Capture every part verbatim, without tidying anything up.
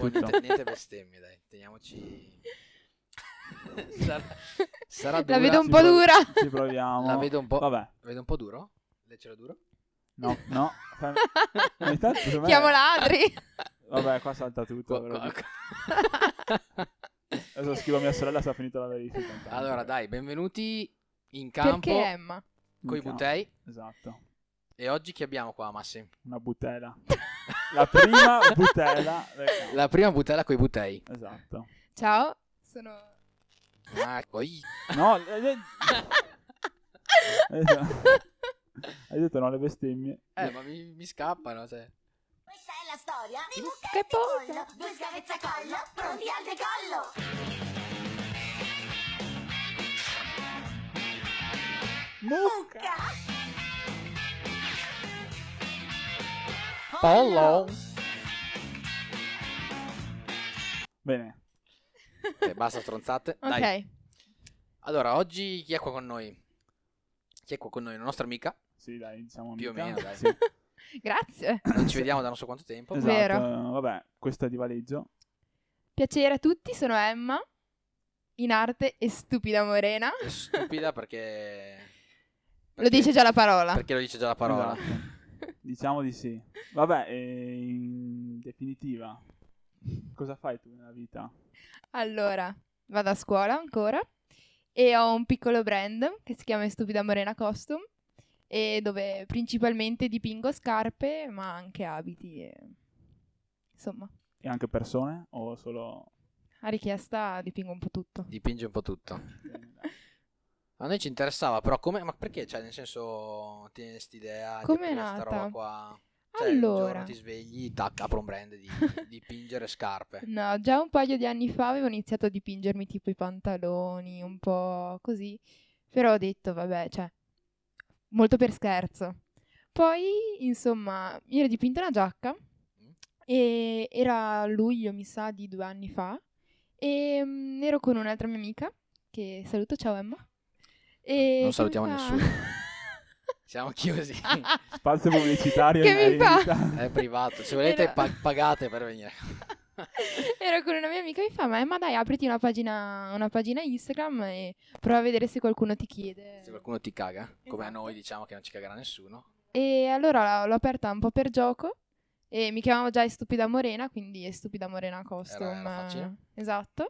tutto. niente, niente bestemmie, dai. Teniamoci... sarà, sarà dura. La vedo un Ci po' pro- dura. Ci proviamo. La vedo un po'... Vabbè, La vedo un po' duro? Leggero duro? no, no. Fai- ogni tanto, secondo me- Chiamo ladri. Vabbè, qua salta tutto. Qua- ve lo qua- dico. Adesso scrivo a mia sorella se ha finito la verifica. intanto. Allora, dai, benvenuti in campo Perché Emma? coi Iniziamo. Butei. Esatto. E oggi chi abbiamo qua, Massi? Una butela. La prima butela. del campo. La prima butella coi Butei. Esatto. Ciao, sono... Ah, poi... No, eh, eh, esatto. Hai detto no le bestemmie. Eh, ma mi, mi scappano, cioè. Questa è la storia di Mucca Che e pollo. Piccollo, due scavezzacollo pronti al decollo. Mucca! Pollo! Bene. Ok, basta stronzate. Ok. Dai. Allora, oggi chi è qua con noi? Chi è qua con noi? Una nostra amica. Sì, dai, diciamo Più o amica. meno, dai. Sì. Grazie. Non ci vediamo da non so quanto tempo. Esatto. Vero. Vabbè, questo è di Valeggio. Piacere a tutti, sono Emma. In arte e stupida morena. È stupida perché... Lo perché- dice già la parola. Perché lo dice già la parola. Esatto. Diciamo di sì. Vabbè, e in definitiva, cosa fai tu nella vita? Allora, vado a scuola ancora e ho un piccolo brand che si chiama Stupida Morena Costume e dove principalmente dipingo scarpe ma anche abiti e... insomma, E anche persone o solo... a richiesta dipingo un po' tutto. Dipinge un po' tutto. Bene, dai. A noi ci interessava, però come... Ma perché, cioè, nel senso, tieni quest'idea di Com'è aprire sta nata? roba qua? Cioè, un Allora. giorno ti svegli, tac, apro un brand di dipingere scarpe. No, già un paio di anni fa avevo iniziato a dipingermi tipo i pantaloni, un po' così, però ho detto vabbè, cioè, molto per scherzo. Poi, insomma, mi ero dipinta una giacca e era luglio, mi sa, di due anni fa e mm, ero con un'altra mia amica, che saluto, ciao Emma. E Non che salutiamo mi fa- nessuno. Siamo chiusi. Spazio pubblicitario Che in mi fa? vendita. È privato. Se volete Era- pa- pagate per venire. Ero con una mia amica e mi fa, ma Emma dai, apriti una pagina, una pagina Instagram e prova a vedere se qualcuno ti chiede. Se qualcuno ti caga, come a Esatto. noi diciamo che non ci cagherà nessuno. E allora l'ho aperta un po' per gioco e mi chiamavo già Stupida Morena, quindi è Stupida Morena Costume. Era- era facile. Esatto.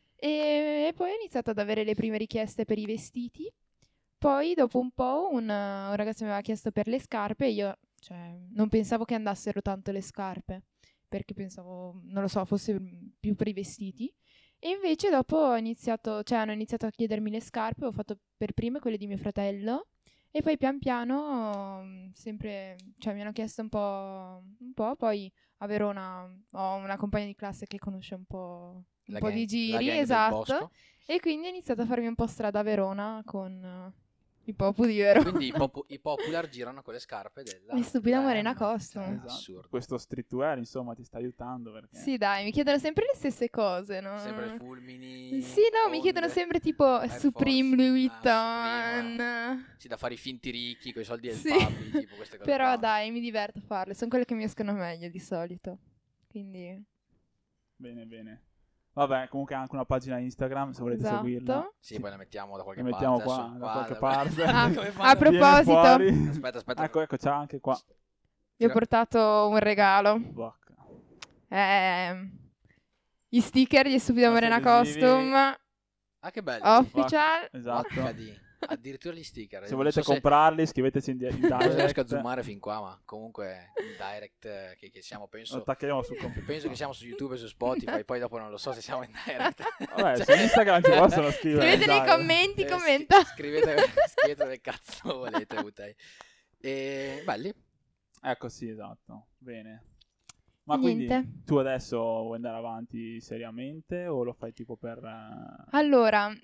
E, e poi ho iniziato ad avere le prime richieste per i vestiti. Poi dopo un po' un, un ragazzo mi aveva chiesto per le scarpe e io cioè, non pensavo che andassero tanto le scarpe, perché pensavo, non lo so, fosse più per i vestiti. E invece dopo ho iniziato, cioè hanno iniziato a chiedermi le scarpe, ho fatto per prime quelle di mio fratello e poi pian piano mm, sempre, cioè mi hanno chiesto un po', un po', poi a Verona ho una compagna di classe che conosce un po', un La po' gang- di la giri, gang del esatto, bosco. e quindi ho iniziato a farmi un po' strada a Verona con eh, i Popu di Verona. Quindi i, popu- i popular girano con le scarpe della... E Stupida della Morena Emma. Costume. Cioè, Esatto. assurdo. Questo streetwear, insomma, ti sta aiutando perché... Sì, dai, mi chiedono sempre le stesse cose, no? Sempre fulmini. Sì, no, mi chiedono onde. sempre tipo Air Supreme, Force. Louis Ah, Vuitton. Sì, da fare i finti ricchi con i soldi del Sì. papi, tipo queste cose Però qua. dai, mi diverto a farle, sono quelle che mi escono meglio di solito. Quindi, Bene, bene. Vabbè, comunque ha anche una pagina Instagram, se volete esatto. seguirla. Sì, poi la mettiamo da qualche La mettiamo parte. qua, adesso da qualche da- parte. Ah, Come fanno? a Viene proposito, fuori. Aspetta, aspetta. Ecco, ecco, c'è anche qua. vi ho portato un regalo. Bocca. Eh, gli sticker di Stupida Nostri Morena adesivi. Costume Ah, che bello. Official. Esatto. Porca di- Addirittura gli sticker. Se Non volete so se- comprarli, scriveteci in, di- in Non riesco a direct. zoomare fin qua, ma comunque in direct eh, che, che siamo, Lo penso, attaccheremo sul computer. penso che siamo su YouTube e su Spotify, poi dopo non lo so se siamo in direct. Vabbè, Cioè, su Instagram ci possono scrivere. Scrivete nei dai. commenti, eh, commenta. scri- Scrivete, scrivete che cazzo volete, Butei. E belli. Ecco, sì, esatto. Bene. Ma Niente. quindi tu adesso vuoi andare avanti seriamente o lo fai tipo per... eh, Allora,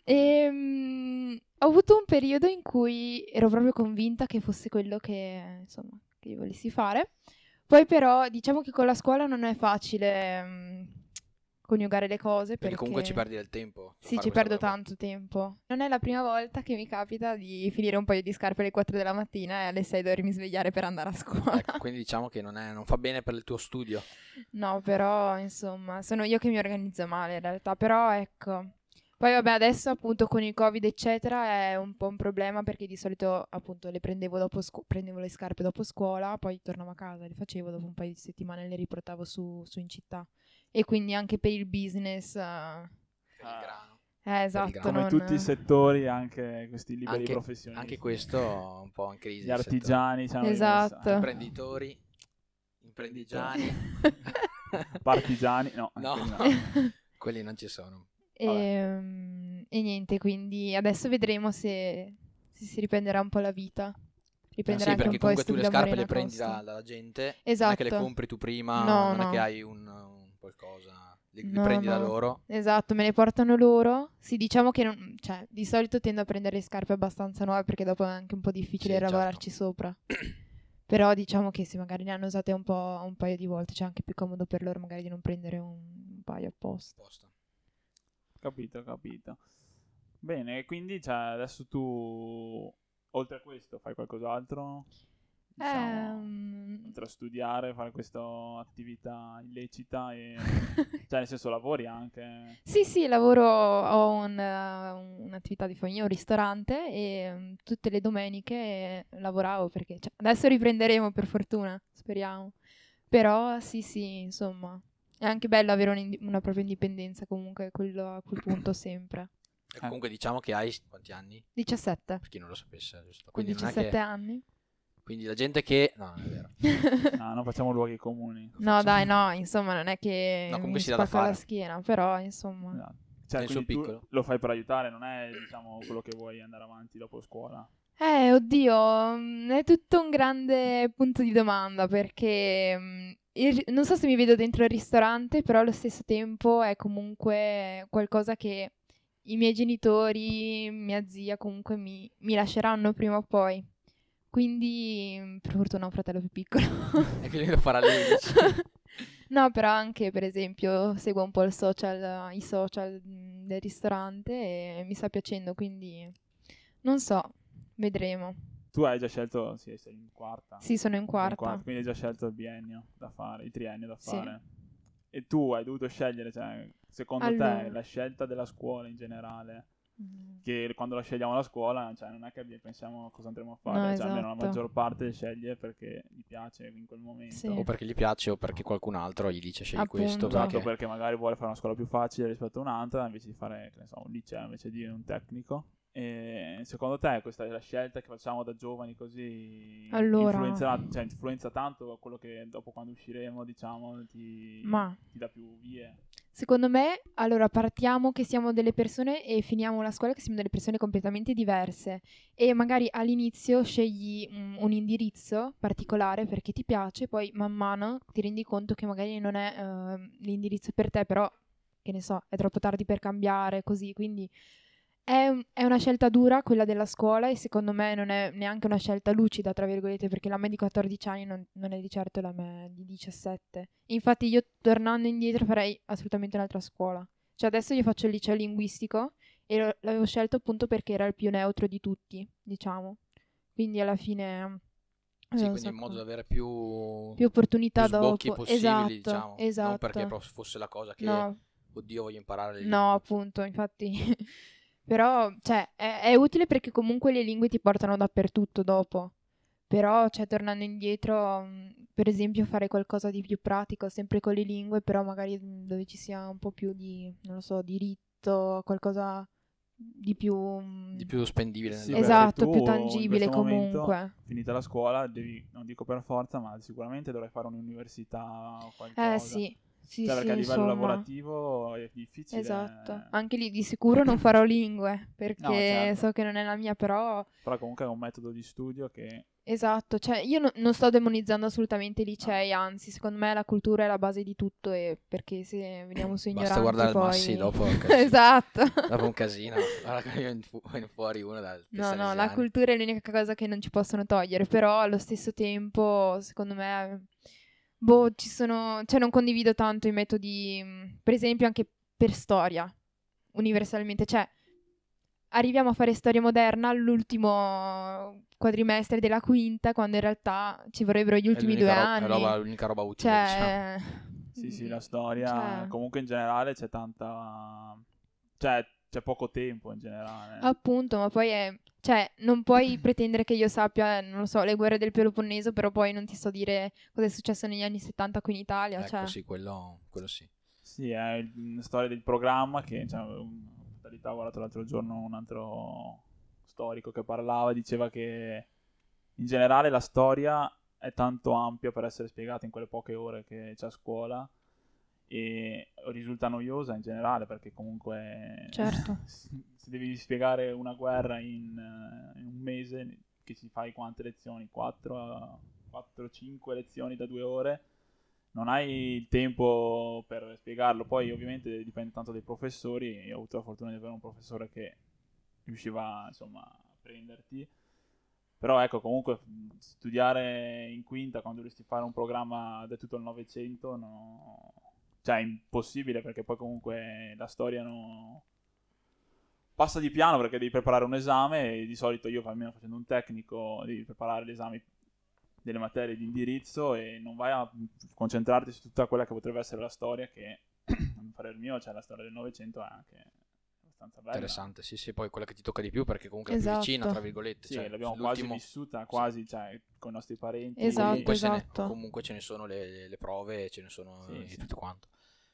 ehm, ho avuto un periodo in cui ero proprio convinta che fosse quello che, insomma, che io volessi fare. Poi però, diciamo che con la scola non è facile, mm, coniugare le cose Perché perché comunque ci perdi del tempo. a sì, fare ci questa perdo roba. tanto tempo. Non è la prima volta che mi capita di finire un paio di scarpe alle quattro della mattina e alle sei dovermi svegliare per andare a scuola. Ecco, quindi diciamo che non, è, non fa bene per il tuo studio. No, però, insomma, sono io che mi organizzo male in realtà, però ecco. Poi vabbè, adesso appunto con il Covid eccetera è un po' un problema perché di solito appunto le prendevo dopo scu- prendevo le scarpe dopo scuola, poi tornavo a casa, le facevo dopo un paio di settimane e le riportavo su, su in città. E quindi anche per il business, eh, Per il grano. eh, esatto, grano. Come non... tutti i settori, anche questi liberi Anche, professionisti. anche questo è un po' in crisi. Gli il settore. artigiani, diciamo, Esatto. rimessa- Imprenditori, imprendigiani. partigiani, no, No, anche no. quelli non ci sono. E, mm, e niente, quindi adesso vedremo se, se si riprenderà un po' la vita. Ah, Riprenderà sì, anche perché un po' comunque tu le Studi scarpe Lamborena le prendi Costa. da- dalla gente, non è Esatto. che le compri tu prima, No, non è no. che hai un, un qualcosa, li, li No, prendi da no. loro. Esatto, me le portano loro. Sì, diciamo che non, cioè, di solito tendo a prendere le scarpe abbastanza nuove perché dopo è anche un po' difficile Sì, certo. lavorarci sopra. Però diciamo che se magari ne hanno usate un po' un paio di volte, c'è anche più comodo per loro magari di non prendere un, un paio apposta. Apposta. Capito, capito. Bene, quindi cioè, adesso tu, oltre a questo, fai qualcos'altro? Diciamo, Ehm, oltre a studiare, fare questa attività illecita e... cioè, nel senso, lavori anche... Sì, sì, lavoro, ho un, eh, un'attività di famiglia, un ristorante e mm, tutte le domeniche lavoravo perché cioè, adesso riprenderemo per fortuna, speriamo. Però sì, sì, insomma, è anche bello avere un'indi- una propria indipendenza comunque, quello a quel punto sempre. E comunque diciamo che hai quanti anni? diciassette, Per chi non lo sapesse, giusto? con Quindi non è diciassette che... anni. Quindi la gente che... No, non è vero. No, non facciamo luoghi comuni. No, dai, no, insomma, non è che No, comunque mi si dà da spacca la fare. schiena, però insomma. Esatto. Cioè, Nel suo quindi tu piccolo. lo fai per aiutare, non è, diciamo, quello che vuoi andare avanti dopo scuola. Eh, oddio, mm, è tutto un grande punto di domanda perché mm, il ri- non so se mi vedo dentro il ristorante, però allo stesso tempo è comunque qualcosa che i miei genitori, mia zia comunque mi, mi lasceranno prima o poi. Quindi, mm, per fortuna ho un fratello più piccolo. E quindi lo farà lui, dici? No, però anche per esempio seguo un po' il social, i social mm, del ristorante e mi sta piacendo, quindi non so, vedremo. Tu hai già scelto, sì, sei in quarta. Sì, sono in Sei in quarta. quindi hai già scelto il biennio da fare, il triennio da Sì. fare. E tu hai dovuto scegliere, cioè, secondo Allora. te, la scelta della scuola in generale, Mm. che quando la scegliamo la scuola, cioè, non è che abbi- pensiamo a cosa andremo a fare, No, cioè, almeno la esatto. maggior parte sceglie perché gli piace in quel momento. Sì. O perché gli piace o perché qualcun altro gli dice scegli Appunto. questo. Esatto, Perché... perché magari vuole fare una scuola più facile rispetto a un'altra, invece di fare, che ne so, un liceo invece di un tecnico. E secondo te questa è la scelta che facciamo da giovani così Allora. influenzerà, cioè, influenza tanto quello che dopo quando usciremo, diciamo, ti, Ma ti dà più vie? secondo me, allora partiamo che siamo delle persone e finiamo la scuola che siamo delle persone completamente diverse e magari all'inizio scegli un, un indirizzo particolare perché ti piace, poi man mano ti rendi conto che magari non è ehm, l'indirizzo per te, però che ne so, è troppo tardi per cambiare, così, quindi è, un- è una scelta dura quella della scuola e secondo me non è neanche una scelta lucida, tra virgolette, perché la me di quattordici anni non, non è di certo la me di diciassette. Infatti io tornando indietro farei assolutamente un'altra scuola. Cioè adesso io faccio il liceo linguistico e lo- l'avevo scelto appunto perché era il più neutro di tutti, diciamo. Quindi alla fine... Sì, non quindi so in modo come- da avere più, più opportunità più sbocchi dopo. possibili, Esatto, diciamo. esatto. Non perché pro- fosse la cosa che, No, oddio, voglio imparare le no, lingue. appunto, infatti. Però, cioè, è, è utile perché comunque le lingue ti portano dappertutto dopo. Però, cioè, tornando indietro, mh, per esempio, fare qualcosa di più pratico, sempre con le lingue, però magari mh, dove ci sia un po' più di, non lo so, diritto, qualcosa di più... mh, Di più spendibile. Sì, nella- perché esatto, tu più in tangibile questo momento, comunque. finita la scuola, devi, non dico per forza, ma sicuramente dovrai fare un'università o qualcosa. Eh sì, sì, Cioè, sì, perché a livello insomma. lavorativo è difficile. Esatto. Anche lì di sicuro non farò lingue, perché No, certo. so che non è la mia, però... Però comunque è un metodo di studio che... Esatto, cioè io no- non sto demonizzando assolutamente i licei, anzi, secondo me la cultura è la base di tutto e perché se veniamo su ignoranti Basta guardare il poi... Massi dopo. è un casino. Esatto. Dopo un casino. Guarda che viene fu- viene fuori uno dal No, no, la cultura è l'unica cosa che non ci possono togliere, però allo stesso tempo, secondo me, boh, ci sono, cioè non condivido tanto i metodi, mh, per esempio anche per storia, universalmente, cioè arriviamo a fare storia moderna all'ultimo quadrimestre della quinta, quando in realtà ci vorrebbero gli È ultimi l'unica due ro- è anni. roba- l'unica roba utile, diciamo. Cioè, Sì, sì, la mm, storia, cioè, comunque in generale c'è tanta, cioè c'è poco tempo in generale. appunto, ma poi è, cioè, non puoi pretendere che io sappia, non lo so, le guerre del Peloponneso, però poi non ti so dire cosa è successo negli anni settanta qui in Italia, Ecco, cioè. sì, quello, quello sì. Sì, è il- la storia del programma che, cioè, un- fatalità, ho guardato l'altro giorno un altro storico che parlava, diceva che in generale la storia è tanto ampia per essere spiegata in quelle poche ore che c'è a scuola e risulta noiosa in generale perché comunque Certo. se devi spiegare una guerra in, eh, in un mese che ci fai quante lezioni? quattro cinque lezioni da due ore, non hai il tempo per spiegarlo. Poi ovviamente dipende tanto dai professori. Io ho avuto la fortuna di avere un professore che riusciva insomma a prenderti, però ecco, comunque studiare in quinta quando dovresti fare un programma da tutto il Novecento, no, cioè è impossibile, perché poi comunque la storia no, passa di piano perché devi preparare un esame e di solito io, almeno facendo un tecnico, devi preparare l'esame delle materie di indirizzo e non vai a concentrarti su tutta quella che potrebbe essere la storia, che a parere mio, cioè la storia del Novecento è anche abbastanza bella. Interessante, sì, sì, poi quella che ti tocca di più perché comunque è Esatto. più vicina, tra virgolette. Sì, cioè, l'abbiamo l'ultimo- quasi vissuta, quasi, cioè, con i nostri parenti. Esatto, comunque, se ne- esatto. comunque ce ne sono le, le prove, ce ne sono Sì, e sì. tutto quanto.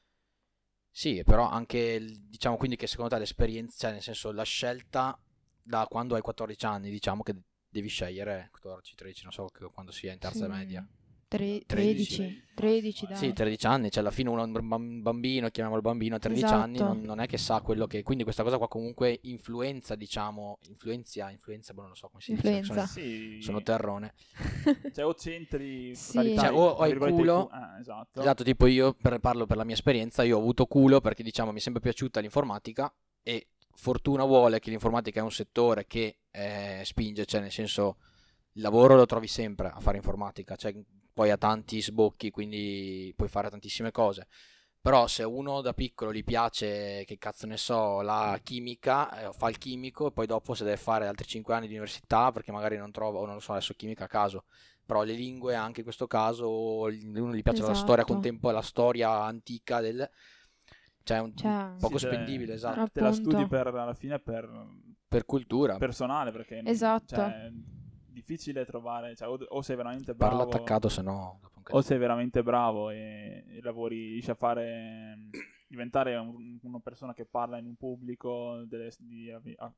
Sì, però anche, il- diciamo quindi che secondo te l'esperienza, cioè nel senso la scelta da quando hai quattordici anni, diciamo che devi scegliere, quattordici, tredici, non so che- quando sia in terza Sì. media. Tre- tredici. tredici, tredici, dai. Sì, tredici anni, cioè alla fine uno, un bambino, chiamiamolo bambino, a tredici anni, Esatto. non, non è che sa quello che... Quindi questa cosa qua comunque influenza, diciamo, influenzia, influenza, boh, non lo so come si dice, Influenza. sono, Sì, sono terrone. cioè o centri Sì. totalità, Cioè, o tra hai virgolette, culo- cu- eh, esatto. Esatto, tipo io per- parlo per la mia esperienza, io ho avuto culo perché diciamo mi è sempre piaciuta l'informatica e fortuna vuole che l'informatica è un settore che eh, spinge, cioè nel senso il lavoro lo trovi sempre a fare informatica, cioè poi ha tanti sbocchi, quindi puoi fare tantissime cose. Però se uno da piccolo gli piace, che cazzo ne so, la chimica, eh, fa il chimico e poi dopo se deve fare altri cinque anni di università perché magari non trova, o non lo so, adesso chimica a caso, però le lingue anche in questo caso, o gli- uno gli piace la storia Esatto. contempo- la storia antica del... Cioè è un, Cioè, poco Sì, te- spendibile, esatto, Ah, te la appunto. studi per, alla fine per per cultura. personale, perché Esatto. cioè, è difficile trovare, cioè, o, o sei veramente Parla bravo, attaccato, se no... dopo un o cazzo. sei veramente bravo e, e lavori, riesci a fare, diventare un- una persona che parla in un pubblico delle, di, avvi- a-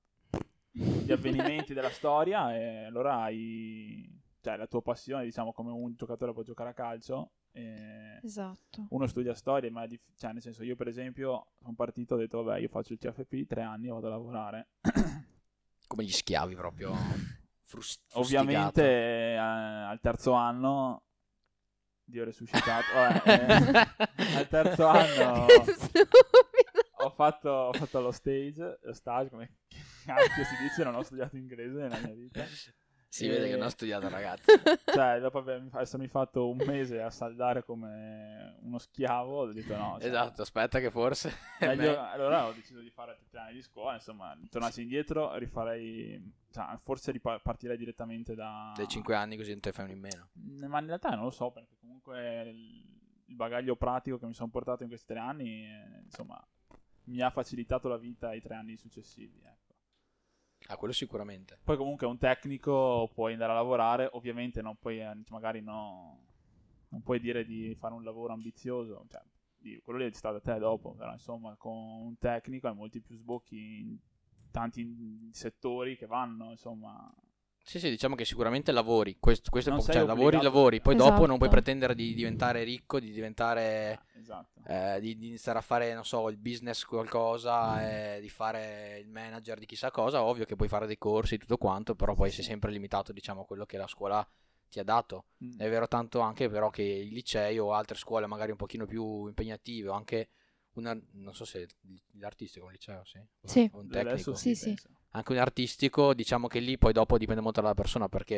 di avvenimenti della storia, e allora hai, cioè, la tua passione, diciamo, come un giocatore può giocare a calcio. E Esatto. uno studia storia, ma è dif- cioè, nel senso, io per esempio sono partito, ho detto vabbè, io faccio il C F P tre anni e vado a lavorare. Come gli schiavi proprio. frus- Ovviamente fustigato. eh, al terzo anno Dio resuscitato, vabbè, eh, al terzo anno Che stupido. ho fatto, ho fatto lo stage, lo stage come cazzo si dice, non ho studiato inglese nella mia vita. Si E- vede che non ha studiato, ragazzi. Cioè, dopo aver- essermi fatto un mese a saldare come uno schiavo, ho detto no. Cioè, Esatto, aspetta che forse... è meglio- me- allora ho deciso di fare tre anni di scuola, insomma, tornassi indietro, rifarei, cioè, forse ripartirei direttamente da... Dai cinque anni così non te fai uno in meno. Ma in realtà non lo so, perché comunque il il bagaglio pratico che mi sono portato in questi tre anni, eh, insomma, mi ha facilitato la vita ai tre anni successivi, ecco. Ah, quello sicuramente. Poi comunque un tecnico puoi andare a lavorare, ovviamente non puoi, eh, magari no, non puoi dire di fare un lavoro ambizioso, cioè, di- quello lì sta da te dopo, però insomma con un tecnico hai molti più sbocchi in tanti settori che vanno, insomma. Sì, sì, diciamo che sicuramente lavori. Questo, questo è Non poco, sei cioè, lavori, obbligato a lavori. Poi studiare. dopo non puoi Esatto. pretendere di diventare ricco, di diventare... Esatto. eh, di, di iniziare a fare, non so, il business qualcosa, eh, di fare il manager di chissà cosa. Ovvio che puoi fare dei corsi, tutto quanto, però poi sei sempre limitato, diciamo, a quello che la scuola ti ha dato. Mm. È vero tanto anche però che i licei o altre scuole magari un pochino più impegnative o anche una, non so se l'artistico è un liceo, sì? Sì. O un Adesso tecnico. Sì, sì. penso. Anche un artistico, diciamo che lì poi dopo dipende molto dalla persona perché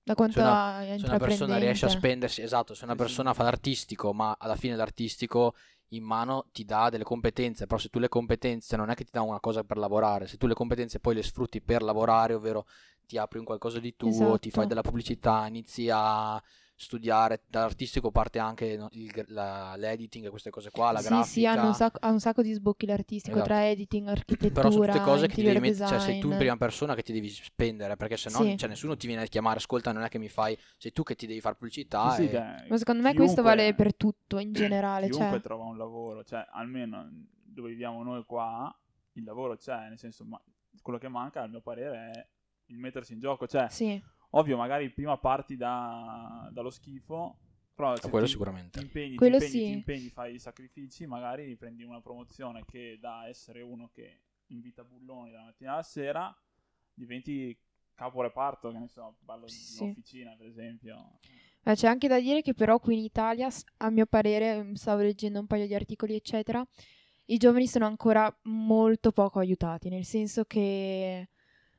Da quanto Se una, è se una persona riesce a intraprendente. spendersi, esatto, se una Sì, sì. persona fa l'artistico, ma alla fine l'artistico in mano ti dà delle competenze, però se tu le competenze non è che ti dà una cosa per lavorare, se tu le competenze poi le sfrutti per lavorare, ovvero ti apri un qualcosa di tuo, ti fai Esatto. della pubblicità, inizi a studiare, dall'artistico parte anche no, il gra- la- l'editing, queste cose qua, la Sì, grafica. sì, hanno un sacco, ha un sacco di sbocchi l'artistico, Esatto. tra editing, Però sono architettura, tutte cose che ti devi interior mettere, cioè sei tu in design. prima persona che ti devi spendere, perché se no Sì. cioè, nessuno ti viene a chiamare, ascolta, non è che mi fai, sei tu che ti devi fare pubblicità Sì, sì, e... dai, Ma secondo me questo chiunque- vale per tutto in generale, chiunque cioè. trova un lavoro, cioè almeno dove viviamo noi qua, il lavoro c'è, nel senso, ma quello che manca, a mio parere, è il mettersi in gioco. Cioè, Sì, ovvio, magari prima parti da, dallo schifo, però se quello ti, sicuramente. ti impegni, Quello ti impegni, sì. ti impegni, fai i sacrifici, magari prendi una promozione che da essere uno che invita bulloni dalla mattina alla sera, diventi capo reparto, che ne so, parlo di Sì. un'officina per esempio. Eh, c'è anche da dire che però qui in Italia, s- a mio parere, mm, stavo leggendo un paio di articoli, eccetera, i giovani sono ancora molto poco aiutati, nel senso che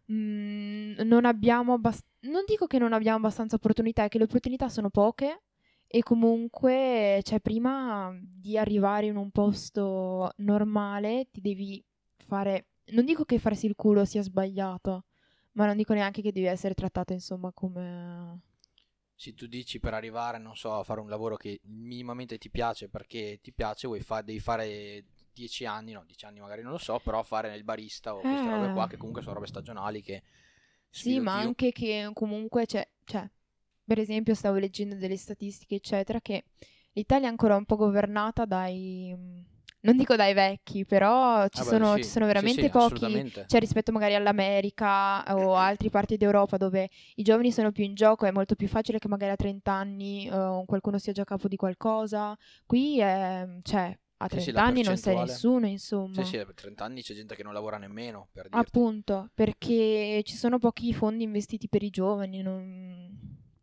mm, non abbiamo abbast- non dico che non abbiamo abbastanza opportunità, è che le opportunità sono poche e comunque, cioè, prima di arrivare in un posto normale ti devi fare, non dico che farsi il culo sia sbagliato, ma non dico neanche che devi essere trattato, insomma, come... Se tu dici per arrivare, non so, a fare un lavoro che minimamente ti piace perché ti piace, vuoi fa- devi fare dieci anni, no, dieci anni magari non lo so, però fare il barista o queste Eh. robe qua che comunque sono robe stagionali che Sì, sfido ma Dio. anche che comunque c'è, cioè, per esempio stavo leggendo delle statistiche, eccetera, che l'Italia è ancora un po' governata dai, mm, non dico dai vecchi, però ci, Ah, beh, sono, sì, ci sono sì, veramente sì, pochi, assolutamente. cioè rispetto magari all'America o altre parti d'Europa dove i giovani sono più in gioco, è molto più facile che magari a trenta anni eh, qualcuno sia già capo di qualcosa. Qui è, cioè, a Sì, sì, trenta la anni non sei percentuale. nessuno, insomma. Sì, sì, a trenta anni c'è gente che non lavora nemmeno, per dirti. Appunto, perché ci sono pochi fondi investiti per i giovani, non-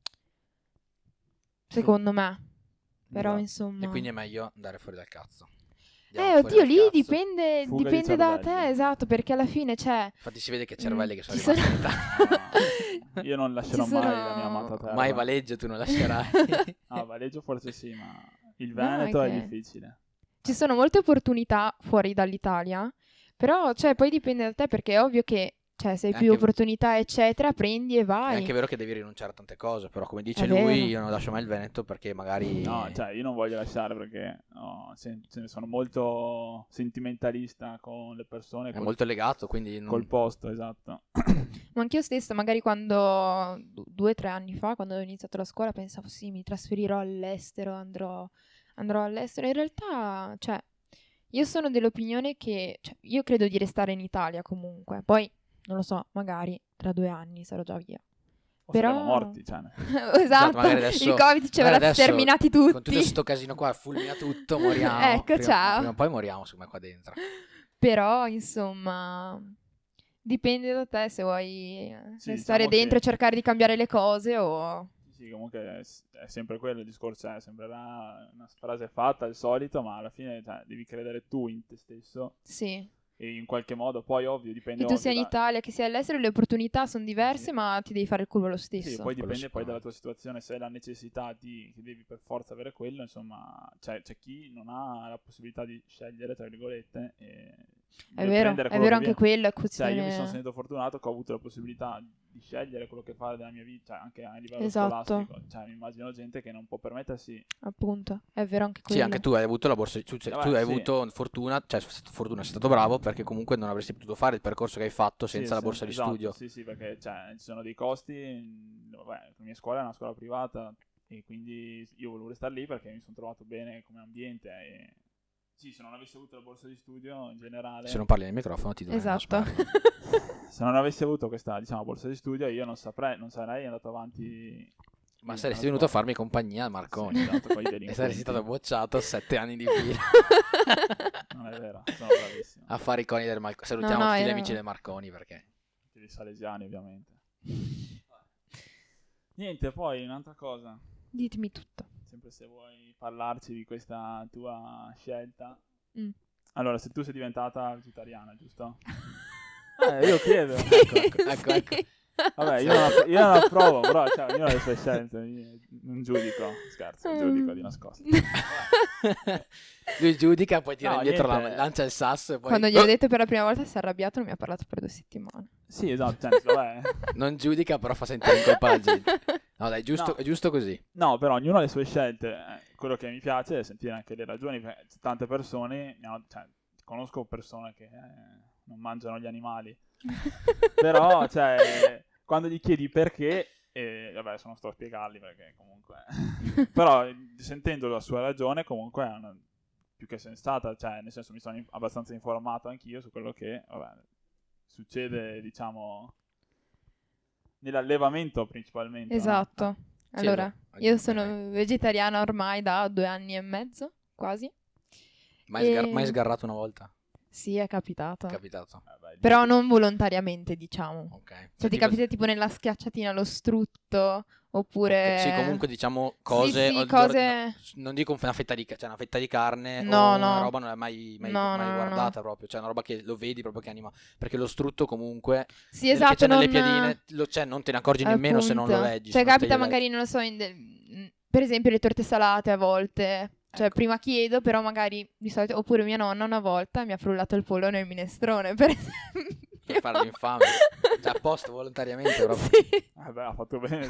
secondo me. Però Esatto. insomma... E quindi è meglio andare fuori dal cazzo. Andiamo Eh, fuori oddio, dal lì cazzo. dipende, Fuga di dipende da te, cervelli. esatto, perché alla fine c'è... Infatti si vede che Mm, cervelli che sono ci rimasti sono- in Italia. No, io non lascerò Ci mai sono- la mia amata terra. Mai Valeggio tu non lascerai. Ah, Valeggio forse sì, ma il No, Veneto è è che- difficile. Ci sono molte opportunità fuori dall'Italia, però cioè, poi dipende da te perché è ovvio che cioè, se hai È più anche- opportunità, eccetera, prendi e È vai. anche vero che devi rinunciare a tante cose, però come dice È lui, vero. io non lascio mai il Veneto perché magari... No, cioè io non voglio lasciare perché no, se- se ne sono molto sentimentalista con le persone, è col, molto legato, quindi non- col posto, esatto. Ma anch'io stessa, magari quando du- due o tre anni fa, quando ho iniziato la scuola, pensavo sì, mi trasferirò all'estero, andrò, andrò all'estero. In realtà, cioè, io sono dell'opinione che, cioè, io credo di restare in Italia comunque. Poi, non lo so, magari tra due anni sarò già via. O Però- saremo morti, cioè. Esatto, magari adesso- il Covid ci magari avrà adesso, sterminati con tutti. tutto sto casino qua, fulmina tutto, moriamo. Ecco, prima, ciao. Prima o poi moriamo, secondo me, qua dentro. Però, insomma, dipende da te se vuoi eh, Sì, restare diciamo dentro che- e cercare di cambiare le cose o... Sì, sì, comunque è, è sempre quello il discorso, eh, sembrerà una frase fatta, il solito, ma alla fine cioè, devi credere tu in te stesso Sì. e in qualche modo, poi ovvio, dipende Che tu ovvio sia in da- Italia, che sia all'estero, le opportunità sono diverse, Sì. ma ti devi fare il culo lo Sì, stesso. poi Quello dipende poi dalla sicuramente. tua situazione, se hai la necessità di che devi per forza avere quello, insomma, c'è, c'è chi non ha la possibilità di scegliere, tra virgolette, e È deve vero, prendere è quello vero che anche viene. quello, è Cioè, questione... io mi sono sentito fortunato che ho avuto la possibilità di scegliere quello che fare della mia vita, cioè anche a livello Esatto. scolastico. Cioè, mi immagino gente che non può permettersi. Appunto, è vero anche quello. Sì, anche tu hai avuto la borsa, tu, cioè, Vabbè, tu hai sì. avuto fortuna, cioè sei stato fortuna, sei stato bravo perché comunque non avresti potuto fare il percorso che hai fatto senza Sì, la sì, borsa di esatto, studio. Sì, sì, perché cioè, ci sono dei costi. mh, Vabbè, la mia scuola è una scuola privata e quindi io volevo restare lì perché mi sono trovato bene come ambiente. E sì, se non avessi avuto la borsa di studio in generale, Se non parli nel microfono ti dovrei Esatto. se non avessi avuto questa diciamo borsa di studio, io non saprei, non sarei andato avanti. Ma in saresti una venuto a scuola. farmi compagnia a Marconi. Sì, esatto, con i E delinquenti. saresti stato bocciato sette anni di fila Non è vero, sono bravissimo. a fare i coni del Marconi. Salutiamo no, tutti gli io- amici del Marconi perché... Tutti i salesiani, ovviamente. Niente, poi un'altra cosa, Ditemi tutto. sempre se vuoi parlarci di questa tua scelta. Mm. Allora, se tu sei diventata vegetariana, giusto? Eh, io chiedo. Sì, Ecco, ecco, ecco, sì. ecco. Vabbè, io non, la, io non approvo, però cioè, ognuno ha le sue scelte, io non giudico, scherzo, giudico di nascosto. Lui giudica, poi tira No, indietro, la, niente. lancia il sasso e poi... Quando gliel'ho detto per la prima volta si è arrabbiato, non mi ha parlato per due settimane. Sì, esatto, cioè, vabbè. Non giudica, però fa sentire in colpa la gente. No, dai, giusto, No. è giusto così. No, però ognuno ha le sue scelte. Eh, quello che mi piace è sentire anche le ragioni. Perché tante persone, mi hanno- cioè, conosco persone che eh, non mangiano gli animali. Però, cioè, quando gli chiedi perché, eh, vabbè, adesso non sto a spiegarli perché comunque... però, eh, sentendo la sua ragione, comunque è una- più che sensata. Cioè, nel senso, mi sono in- abbastanza informato anch'io su quello che, vabbè, succede, diciamo, nell'allevamento principalmente. no? Esatto. Sì, Allora, esatto. io sono vegetariana ormai da due anni e mezzo, quasi. Mai, sgar- E- mai sgarrato una volta? Sì, è capitato. È capitato. Eh, beh, Però non volontariamente, diciamo. Ok. Cioè, Cioè, ti tipo- capita tipo nella schiacciatina lo strutto, oppure... ok, sì, comunque diciamo cose... Sì, sì, o- cose... no, non dico una fetta di, ca- cioè una fetta di carne No, o una no. roba non l'hai mai, mai, No, mai no, no, guardata proprio. Cioè una roba che lo vedi proprio che anima. Perché lo strutto comunque... Sì, nel- esatto, che c'è nelle non... piedine, lo c'è, non te ne accorgi nemmeno se non lo Appunto. leggi. Cioè, se non capita stai a magari, non lo so, in de- mh, per esempio le torte salate a volte. Cioè, Ecco. prima chiedo, però magari di solito... Oppure mia nonna una volta mi ha frullato il pollo nel minestrone, per esempio. Per fare l'infame. Cioè apposta volontariamente proprio. Sì. Vabbè, ha fatto bene.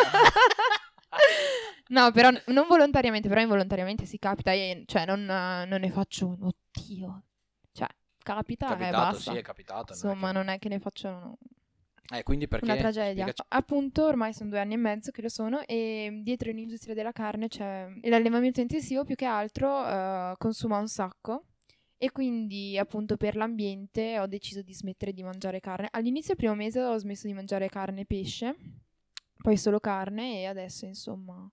No, però n- non volontariamente, però involontariamente si capita e cioè non, eh, non ne faccio un oddio. Cioè, capita e Capitato, basta. sì, è capitato. non è Insomma, che- non è che ne faccio un- Eh, quindi perché? una tragedia. Spiegaci. Appunto, ormai sono due anni e mezzo che lo sono e dietro l'industria della carne c'è l'allevamento intensivo, più che altro eh, consuma un sacco. E quindi, appunto, per l'ambiente ho deciso di smettere di mangiare carne. All'inizio, il primo mese, ho smesso di mangiare carne e pesce, poi solo carne e adesso, insomma,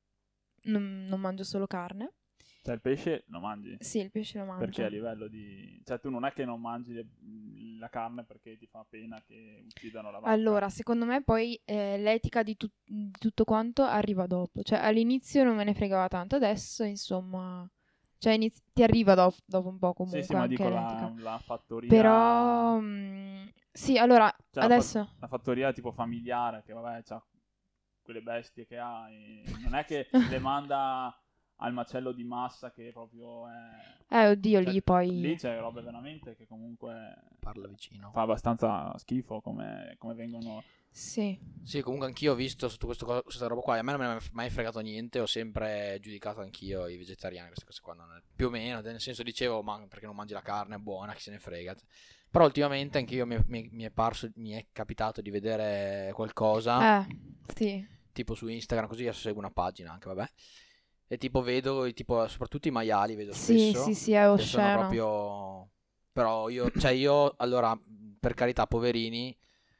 non, non mangio solo carne. Cioè, il pesce lo mangi? Sì, il pesce lo mangio. Perché a livello di... Cioè, tu non è che non mangi le- la carne perché ti fa pena che uccidano la vacca. Allora, secondo me poi eh, l'etica di, tut- di tutto quanto arriva dopo. Cioè, all'inizio non me ne fregava tanto, adesso, insomma... Cioè, iniz- ti arriva do- dopo un po' comunque Sì, sì, ma anche dico l'etica. la, la fattoria... Però... mm, sì, allora, Cioè, la fa- adesso... La fattoria tipo familiare, che vabbè, c'ha quelle bestie che ha, e non è che le manda al macello di massa che proprio è... Eh, oddio, cioè, lì poi... Lì c'è robe veramente che comunque Parla vicino. fa abbastanza schifo come, come vengono... Sì. Sì, comunque anch'io ho visto su questo co- questa roba qua. e A me non mi è mai fregato niente. Ho sempre giudicato anch'io i vegetariani. Queste cose qua, non è- più o meno. Nel senso, dicevo, ma perché non mangi la carne? È buona, chi se ne frega. Però ultimamente anch'io mi, mi- mi è parso, mi è capitato di vedere qualcosa. Eh, sì. Tipo su Instagram, così adesso seguo una pagina anche, vabbè. E tipo vedo, i- tipo, soprattutto i maiali, vedo Sì, spesso. sì, sì, è che sono osceno. proprio... Però io, cioè io, allora, per carità, poverini,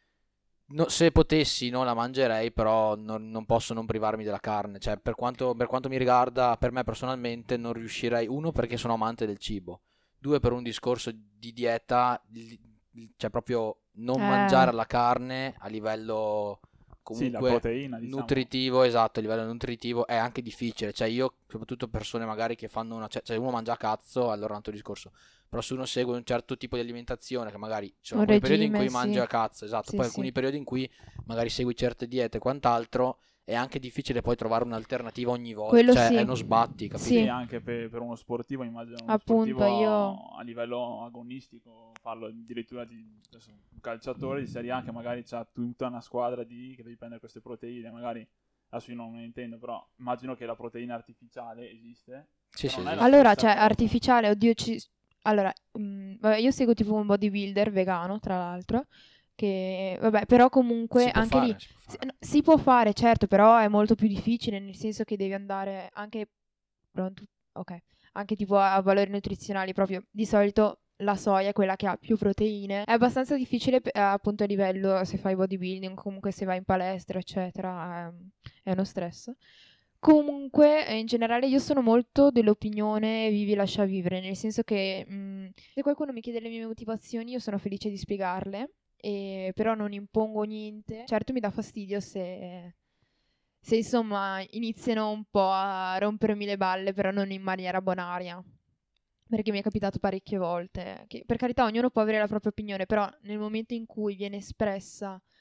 no- se potessi non la mangerei, però non, non posso non privarmi della carne. Cioè, per quanto, per quanto mi riguarda, per me personalmente non riuscirei, uno, perché sono amante del cibo, due, per un discorso di dieta, li- li- cioè proprio non Eh. mangiare la carne a livello Sì, la comunque proteina, diciamo. nutritivo, esatto, a livello nutritivo è anche difficile. Cioè io, soprattutto persone magari che fanno una... Cioè uno mangia a cazzo, allora è un altro discorso. Però se uno segue un certo tipo di alimentazione, che magari ci sono Un alcuni periodi in regime, cui mangia sì. a cazzo, esatto, Sì, poi sì. alcuni periodi in cui magari segui certe diete e quant'altro, è anche difficile poi trovare un'alternativa ogni volta. Quello Cioè sì. è uno sbatti, capito? Sì. Sì, anche per, per uno sportivo, immagino uno Appunto, sportivo io- a livello agonistico, parlo addirittura di adesso, un calciatore di Serie A che magari c'ha tutta una squadra di che devi prendere queste proteine, magari adesso io non me ne intendo, però immagino che la proteina artificiale esiste. Sì, però sì, non è sì. la Allora, stessa cioè, cosa. artificiale, oddio, ci... Allora, mm, vabbè, io seguo tipo un bodybuilder vegano, tra l'altro, che, vabbè, però comunque Si può anche fare, lì... si può si, fare. no, si può fare, certo, però è molto più difficile, nel senso che devi andare anche... Pronto? Ok. Anche tipo a valori nutrizionali, proprio di solito la soia è quella che ha più proteine. È abbastanza difficile eh, appunto a livello se fai bodybuilding, comunque se vai in palestra, eccetera, è, è uno stress. Comunque, eh, in generale, io sono molto dell'opinione vivi lascia vivere, nel senso che mh, se qualcuno mi chiede le mie motivazioni, io sono felice di spiegarle, e, però non impongo niente. Certo mi dà fastidio se, se insomma iniziano un po' a rompermi le balle, però non in maniera bonaria. Perché mi è capitato parecchie volte. Che, per carità, ognuno può avere la propria opinione, però nel momento in cui viene espressa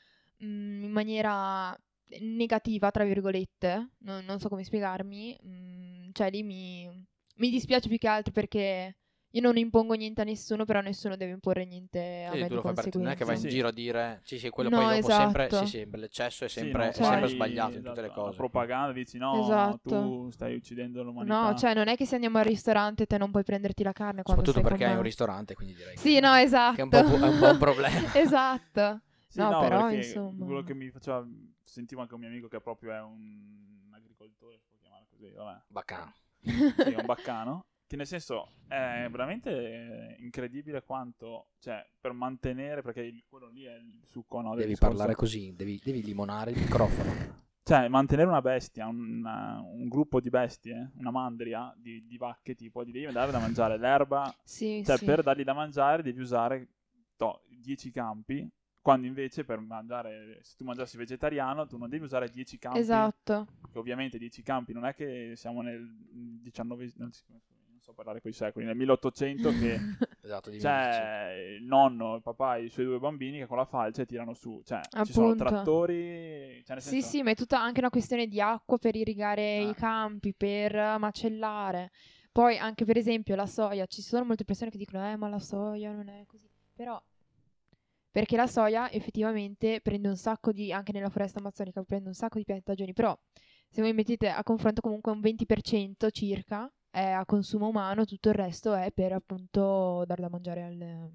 mm, in maniera negativa, tra virgolette, non, non so come spiegarmi, mm, cioè lì mi, mi dispiace più che altro perché io non impongo niente a nessuno, però nessuno deve imporre niente a Sì, me tu di lo fai per te, non è che vai in Sì. giro a dire sì sì quello No, poi dopo sempre esatto. sì sì l'eccesso è Sì, sempre, non è sempre fai- sbagliato in tutte le esatto, la cose. propaganda dici no, Esatto. tu stai uccidendo l'umanità. No, cioè non è che se andiamo al ristorante te non puoi prenderti la carne quando Soprattutto sei perché con hai un me. ristorante, quindi direi Sì, che, no, esatto. che è un po' bu- è un po' un problema. Esatto. Sì, No, no, però, perché insomma. quello che mi faceva, sentivo anche un mio amico che proprio è un agricoltore, si può chiamare così, vabbè. Baccano. Sì, è un baccano, che nel senso è veramente incredibile quanto, cioè, per mantenere, perché il- quello lì è il succo, no, del Devi discorso. parlare così, devi, devi limonare il microfono. Cioè, mantenere una bestia, una- un gruppo di bestie, una mandria di, di vacche tipo, gli devi dare da mangiare l'erba, Sì, cioè sì. per dargli da mangiare devi usare to, dieci campi, quando invece per mangiare, se tu mangiassi vegetariano, tu non devi usare dieci campi, Esatto. che ovviamente dieci campi non è che siamo nel diciannovesimo, non, si- non so parlare coi secoli, nel milleottocento che Esatto, devi dirci. c'è il nonno, il papà e i suoi due bambini che con la falce tirano su, cioè ci sono Appunto. trattori, cioè nel Sì, senso, sì, ma è tutta anche una questione di acqua per irrigare Ah. i campi, per macellare. Poi anche per esempio la soia, ci sono molte persone che dicono eh ma la soia non è così, però perché la soia effettivamente prende un sacco di, anche nella foresta amazzonica prende un sacco di piantagioni, però se voi mettete a confronto comunque un venti per cento circa è a consumo umano, tutto il resto è per appunto dar da mangiare al-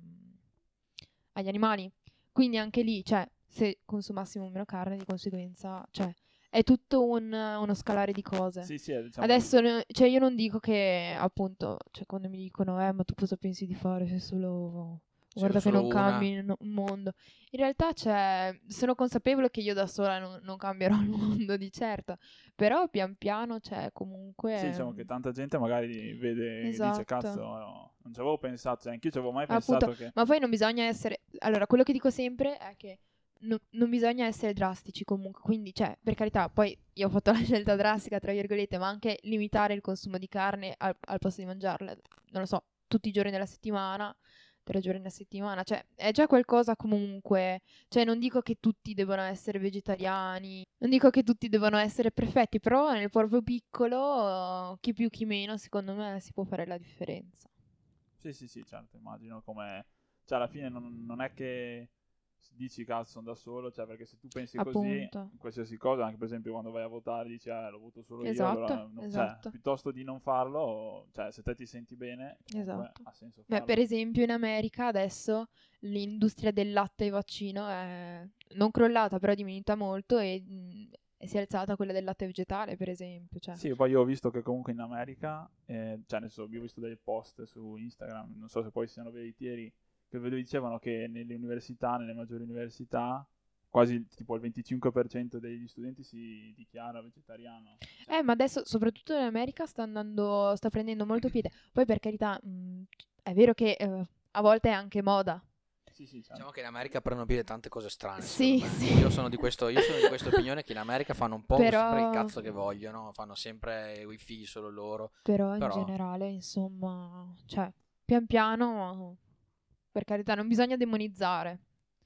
agli animali. Quindi anche lì, cioè, se consumassimo meno carne, di conseguenza, cioè, è tutto un- uno scalare di cose. sì, sì, è, diciamo, Adesso, ne- cioè, io non dico che, appunto, cioè, quando mi dicono, eh, ma tu cosa pensi di fare se solo... Guarda che solo non una. cambi il no- il mondo. In realtà, cioè, sono consapevole che io da sola non, non cambierò il mondo, di certo. Però pian piano, cioè, comunque... sì, diciamo che tanta gente magari vede e dice Esatto. cazzo, no, non ci avevo pensato, cioè anch'io ci avevo mai Appunto, pensato che ma poi non bisogna essere... Allora, quello che dico sempre è che no- non bisogna essere drastici comunque, quindi, cioè, per carità, poi io ho fatto la scelta drastica, tra virgolette, ma anche limitare il consumo di carne al, al posto di mangiarla, non lo so, tutti i giorni della settimana, tre giorni alla settimana, cioè, è già qualcosa comunque, cioè, non dico che tutti devono essere vegetariani, non dico che tutti devono essere perfetti, però nel proprio piccolo, chi più chi meno, secondo me si può fare la differenza. sì, sì, sì, certo, immagino come, cioè alla fine non, non è che dici cazzo sono da solo, cioè perché se tu pensi così Appunto. in qualsiasi cosa, anche per esempio quando vai a votare dici eh l'ho votato solo Esatto, io, allora no, esatto. cioè piuttosto di non farlo, cioè se te ti senti bene, comunque Esatto. ha senso Beh, farlo. per esempio in America adesso l'industria del latte vaccino è non crollata, però è diminuita molto e, mh, e si è alzata quella del latte vegetale, per esempio. Cioè. Sì, poi io ho visto che comunque in America, eh, cioè adesso ho visto dei post su Instagram, non so se poi siano veritieri, che vedo- dicevano che nelle università, nelle maggiori università, quasi tipo il venticinque per cento degli studenti si dichiara vegetariano. Cioè, Eh, ma adesso, soprattutto in America, sta andando, sta prendendo molto piede. Poi, per carità, mh, è vero che eh, a volte è anche moda. sì, sì, certo. Diciamo che in America prendono piede tante cose strane. Sì, secondo me. sì. Io sono di questo, io sono di questa opinione che in America fanno un po' Però- sempre il cazzo che vogliono, fanno sempre i figli solo loro. Però in Però- generale, insomma, cioè, pian piano, per carità, non bisogna demonizzare.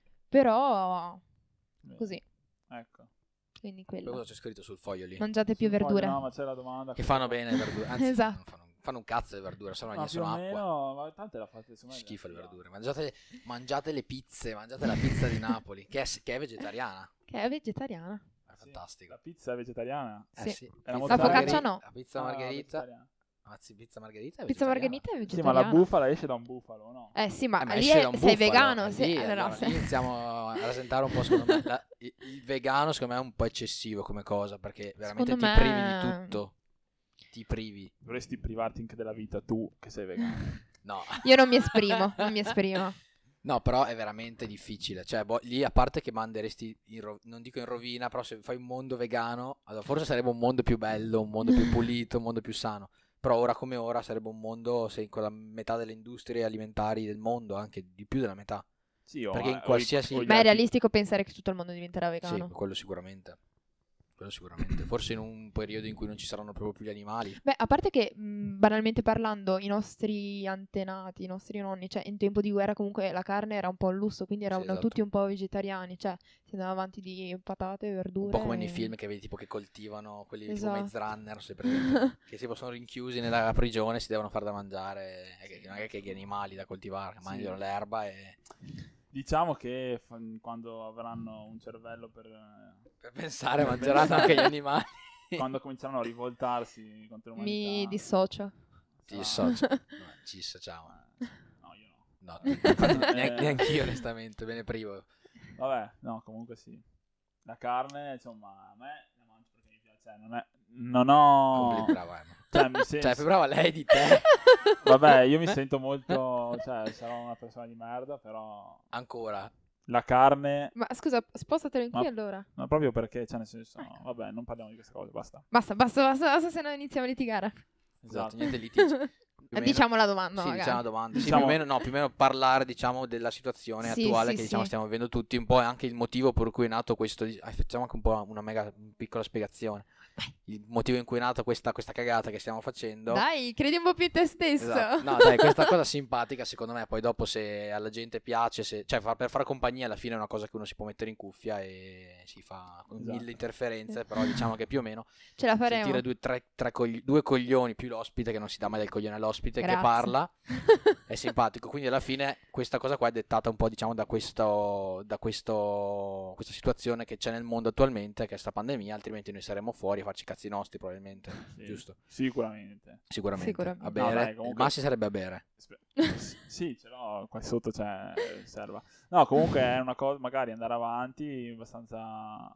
Però, Bene. così, Ecco. quindi Poi quello. cosa c'è scritto sul foglio lì? Mangiate più Sul foglio, verdure. No, ma c'è la domanda. Che fanno bene le verdure, anzi Esatto. non fanno, fanno un cazzo le verdure, sono, No, più sono o acqua. meno, ma tante la fate insomma. Schifo le verdure. Mangiate, mangiate le pizze, mangiate la pizza di Napoli, che è, che è vegetariana. Che è vegetariana. È Sì, fantastico. La pizza è vegetariana? Eh Sì. sì. la Pizza mozzarella? La focaccia margherita- no. La pizza Ah, margherita. vegetariana. Anzi, pizza margherita è Pizza vegetariana. margherita è Sì, vegetariana. ma la bufala esce da un bufalo, no? Eh sì, ma, Eh, ma lì esce è- da un sei bufalo, vegano. eh, sì, lì, allora, allora, se- lì iniziamo a rasentare un po', secondo me. La- il, il vegano, secondo me, è un po' eccessivo come cosa, perché veramente Secondo ti me- privi di tutto. Ti privi. Dovresti privarti anche della vita, tu che sei vegano. No. Io non mi esprimo, non mi esprimo. No, però è veramente difficile. Cioè, boh, lì a parte che manderesti, in ro- non dico in rovina, però se fai un mondo vegano, allora forse sarebbe un mondo più bello, un mondo più pulito, un mondo più sano. Però ora come ora sarebbe un mondo, se con la metà delle industrie alimentari del mondo, anche di più della metà. Sì, o, Perché in o i- qualsiasi- o gli Ma è altri- realistico pensare che tutto il mondo diventerà Sì, vegano. quello sicuramente. quello sicuramente. Forse in un periodo in cui non ci saranno proprio più gli animali. Beh, a parte che mh, banalmente parlando, i nostri antenati, i nostri nonni, cioè in tempo di guerra comunque la carne era un po' un lusso, quindi erano esatto. tutti un po' vegetariani, cioè si andava avanti di patate, verdure. Un po' come nei e- film che vedi tipo che coltivano quelli tipo Esatto. Maze Runner, se presente, che tipo sono rinchiusi nella prigione, si devono fare da mangiare, e che non è che gli animali da coltivare, Sì. mangiano l'erba e Diciamo che fa- quando avranno un cervello per... eh, per pensare mangeranno anche gli animali. quando cominceranno a rivoltarsi contro l'umanità... Mi dissocio. Ti sarà- dissocio. No, ci dissociamo. Eh, No, io no. No, infatti, Eh. neanche, neanche io onestamente, me ne privo. Vabbè, no, comunque sì. La carne, insomma, a me la mangio perché mi piace. Cioè, non è... Non ho... Complimenti, brava Emma. Cioè, mi sen- Cioè, è più brava lei di te. Vabbè, io mi sento molto... Cioè, sarò una persona di merda, però... Ancora. La carne... Ma scusa, spostatelo in qui Ma- allora. No, proprio perché, cioè, nel senso... Vabbè, non parliamo di queste cose, basta. Basta, basta, basta, basta, se no iniziamo a litigare. Esatto, niente litigi. Più o meno- Diciamo la domanda, Sì, magari. diciamo la domanda. Sì, Diciamo- più o meno, no, più o meno parlare, diciamo, della situazione Sì, attuale sì, che diciamo sì. stiamo vivendo tutti, un po' e anche il motivo per cui è nato questo. Ah, facciamo anche un po' una mega piccola spiegazione. Il motivo in cui è nata questa, questa cagata che stiamo facendo. Dai, credi un po' più in te stesso. Esatto. No, dai, questa cosa simpatica secondo me, poi dopo se alla gente piace, se, cioè fa- per fare compagnia alla fine è una cosa che uno si può mettere in cuffia e si fa con Esatto. mille interferenze, però diciamo che più o meno Ce la faremo. sentire due, tre, tre cogli- due coglioni più l'ospite, che non si dà mai del coglione all'ospite, che Grazie. parla, è simpatico. Quindi alla fine questa cosa qua è dettata un po' diciamo da questo, da questo, questa situazione che c'è nel mondo attualmente, che è sta pandemia, altrimenti noi saremmo fuori a farci i cazzi nostri probabilmente, Sì, giusto? Sicuramente. Sicuramente. Sicuramente. A No, bere, dai, comunque- ma si sarebbe a bere. Spe- s- sì, ce l'ho qua sotto, c'è serva. No, comunque è una cosa, magari andare avanti abbastanza